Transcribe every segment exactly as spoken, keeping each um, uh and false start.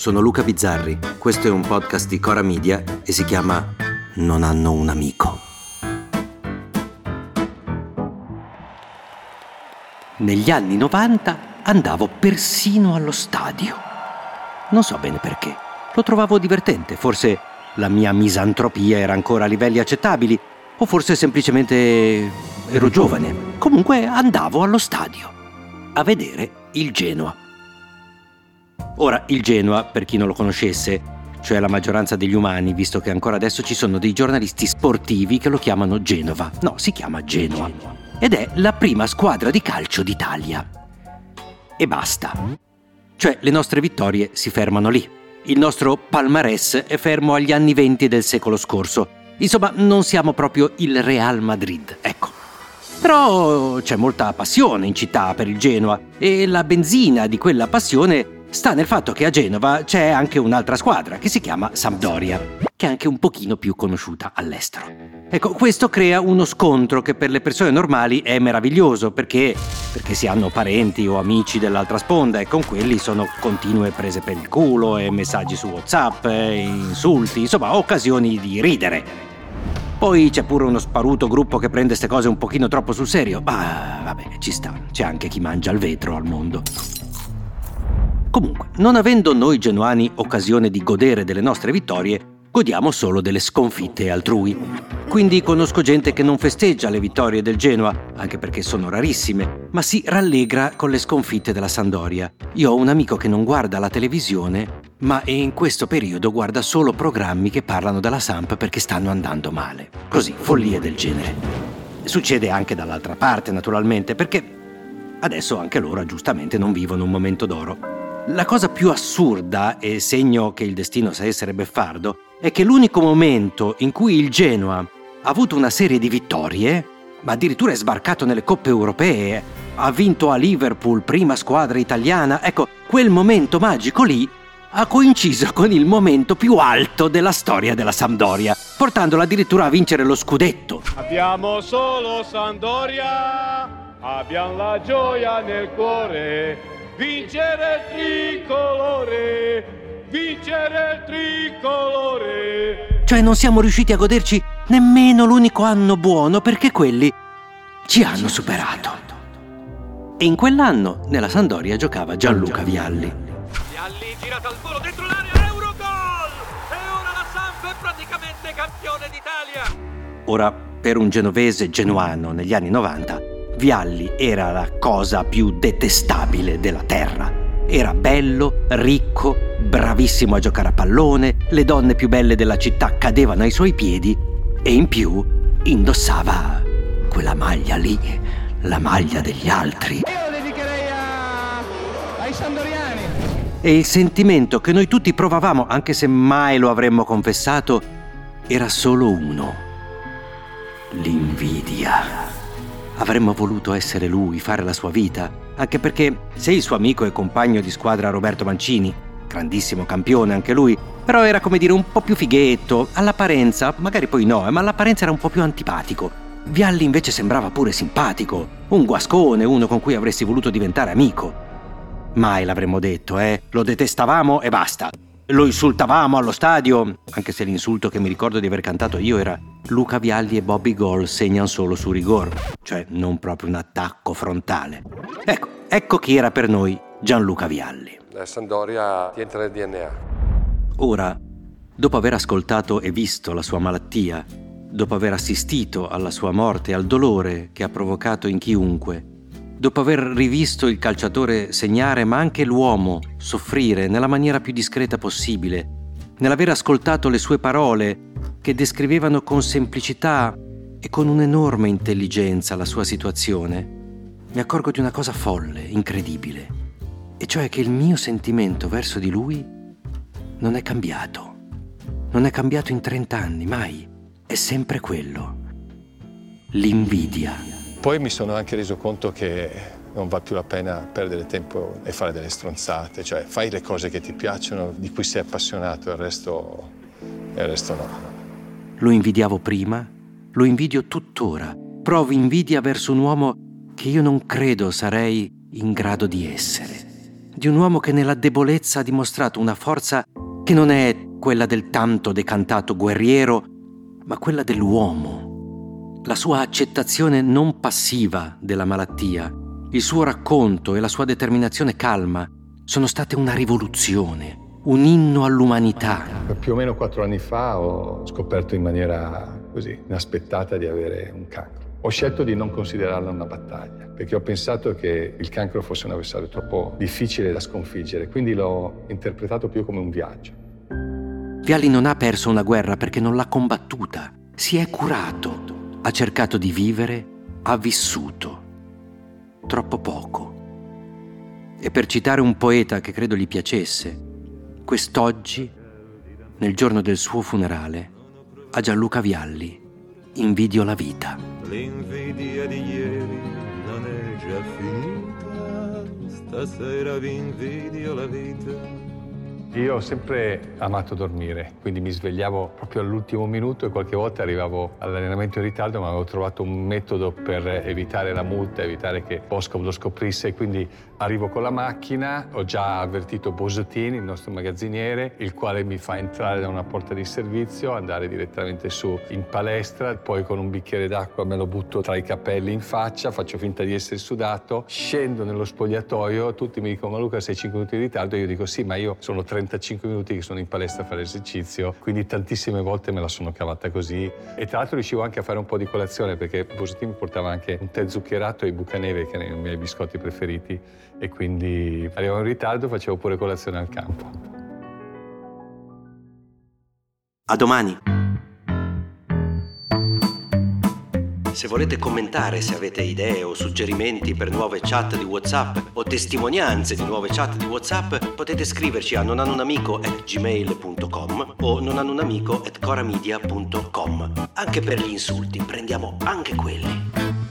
sono Luca Bizzarri, questo è un podcast di Cora Media e si chiama Non hanno un amico. Negli anni novanta andavo persino allo stadio. Non so bene perché, lo trovavo divertente, forse la mia misantropia era ancora a livelli accettabili, o forse semplicemente ero giovane. Comunque andavo allo stadio a vedere il Genoa. Ora, il Genoa, per chi non lo conoscesse, cioè la maggioranza degli umani, visto che ancora adesso ci sono dei giornalisti sportivi che lo chiamano Genova. No, si chiama Genoa. Ed è la prima squadra di calcio d'Italia. E basta. Cioè, le nostre vittorie si fermano lì. Il nostro palmarès è fermo agli anni venti del secolo scorso. Insomma, non siamo proprio il Real Madrid, ecco. Però c'è molta passione in città per il Genoa e la benzina di quella passione sta nel fatto che a Genova c'è anche un'altra squadra che si chiama Sampdoria, che è anche un pochino più conosciuta all'estero. Ecco, questo crea uno scontro che per le persone normali è meraviglioso perché, perché si hanno parenti o amici dell'altra sponda e con quelli sono continue prese per il culo e messaggi su WhatsApp, e insulti, insomma occasioni di ridere. Poi c'è pure uno sparuto gruppo che prende ste cose un pochino troppo sul serio. Ma vabbè, ci sta, c'è anche chi mangia il vetro al mondo. Comunque, non avendo noi genuani occasione di godere delle nostre vittorie, godiamo solo delle sconfitte altrui. Quindi conosco gente che non festeggia le vittorie del Genoa, anche perché sono rarissime, ma si rallegra con le sconfitte della Sampdoria. Io ho un amico che non guarda la televisione, ma in questo periodo guarda solo programmi che parlano della Samp perché stanno andando male. Così, follie del genere. Succede anche dall'altra parte, naturalmente, perché adesso anche loro giustamente non vivono un momento d'oro. La cosa più assurda, e segno che il destino sa essere beffardo, è che l'unico momento in cui il Genoa ha avuto una serie di vittorie, ma addirittura è sbarcato nelle coppe europee, ha vinto a Liverpool, prima squadra italiana, ecco, quel momento magico lì ha coinciso con il momento più alto della storia della Sampdoria, portandola addirittura a vincere lo scudetto. Abbiamo solo Sampdoria, abbiamo la gioia nel cuore, vincere il tricolore, vincere il tricolore. Cioè non siamo riusciti a goderci nemmeno l'unico anno buono perché quelli ci hanno superato. E in quell'anno nella Sampdoria giocava Gianluca Vialli. Vialli girato al volo dentro l'area, Eurogol! E ora la Samp è praticamente campione d'Italia! Ora, per un genovese genuano negli anni novanta, Vialli era la cosa più detestabile della terra. Era bello, ricco, bravissimo a giocare a pallone, le donne più belle della città cadevano ai suoi piedi e in più indossava quella maglia lì, la maglia degli altri. Io lo dedicherei a... ai sampdoriani. E il sentimento che noi tutti provavamo, anche se mai lo avremmo confessato, era solo uno: l'invidia. Avremmo voluto essere lui, fare la sua vita, anche perché se il suo amico e compagno di squadra Roberto Mancini, grandissimo campione anche lui, però era come dire un po' più fighetto, all'apparenza, magari poi no, ma all'apparenza era un po' più antipatico. Vialli invece sembrava pure simpatico, un guascone, uno con cui avresti voluto diventare amico. Mai l'avremmo detto, eh, lo detestavamo e basta. Lo insultavamo allo stadio, anche se l'insulto che mi ricordo di aver cantato io era Luca Vialli e Bobby Gol segnano solo su rigor, cioè non proprio un attacco frontale. Ecco, ecco chi era per noi Gianluca Vialli. La Sampdoria ti entra nel D N A. Ora, dopo aver ascoltato e visto la sua malattia, dopo aver assistito alla sua morte e al dolore che ha provocato in chiunque, dopo aver rivisto il calciatore segnare ma anche l'uomo soffrire nella maniera più discreta possibile, nell'aver ascoltato le sue parole che descrivevano con semplicità e con un'enorme intelligenza la sua situazione, mi accorgo di una cosa folle, incredibile, e cioè che il mio sentimento verso di lui non è cambiato. Non è cambiato in trent'anni, mai. È sempre quello. L'invidia. Poi mi sono anche reso conto che non va più la pena perdere tempo e fare delle stronzate, cioè fai le cose che ti piacciono, di cui sei appassionato, e il resto, e il resto no. Lo invidiavo prima, lo invidio tuttora. Provo invidia verso un uomo che io non credo sarei in grado di essere. di un uomo che nella debolezza ha dimostrato una forza che non è quella del tanto decantato guerriero, ma quella dell'uomo. La sua accettazione non passiva della malattia, il suo racconto e la sua determinazione calma sono state una rivoluzione, un inno all'umanità. Più o meno quattro anni fa ho scoperto in maniera così inaspettata di avere un cancro. Ho scelto di non considerarla una battaglia, perché ho pensato che il cancro fosse un avversario troppo difficile da sconfiggere, quindi l'ho interpretato più come un viaggio. Vialli non ha perso una guerra perché non l'ha combattuta, si è curato, ha cercato di vivere, ha vissuto. Troppo poco. E per citare un poeta che credo gli piacesse, quest'oggi, nel giorno del suo funerale, a Gianluca Vialli invidio la vita. L'invidia di ieri non è già finita, stasera vi invidio la vita. Io ho sempre amato dormire, quindi mi svegliavo proprio all'ultimo minuto e qualche volta arrivavo all'allenamento in ritardo, ma avevo trovato un metodo per evitare la multa, evitare che Boscov lo scoprisse, e quindi arrivo con la macchina, ho già avvertito Bosotini, il nostro magazziniere, il quale mi fa entrare da una porta di servizio, andare direttamente su in palestra, poi con un bicchiere d'acqua me lo butto tra i capelli in faccia, faccio finta di essere sudato, scendo nello spogliatoio, tutti mi dicono: ma Luca, sei cinque minuti in ritardo? Io dico sì, ma io sono trentacinque minuti che sono in palestra a fare esercizio, quindi tantissime volte me la sono cavata così. E tra l'altro riuscivo anche a fare un po' di colazione, perché Bosotini mi portava anche un tè zuccherato e i bucaneve, che erano i miei biscotti preferiti, e quindi arrivavo in ritardo, facevo pure colazione al campo. A domani. Se volete commentare, se avete idee o suggerimenti per nuove chat di WhatsApp o testimonianze di nuove chat di WhatsApp, potete scriverci a nonhanunamico at gmail punto com o nonhanunamico at coramedia punto com. Anche per gli insulti, prendiamo anche quelli.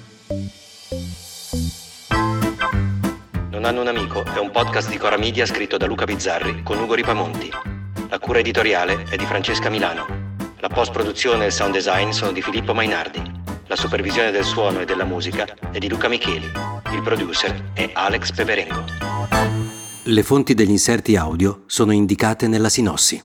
Non hanno un amico è un podcast di Cora Media scritto da Luca Bizzarri con Ugo Ripamonti. La cura editoriale è di Francesca Milano. La post-produzione e il sound design sono di Filippo Mainardi. La supervisione del suono e della musica è di Luca Micheli. Il producer è Alex Peperengo. Le fonti degli inserti audio sono indicate nella sinossi.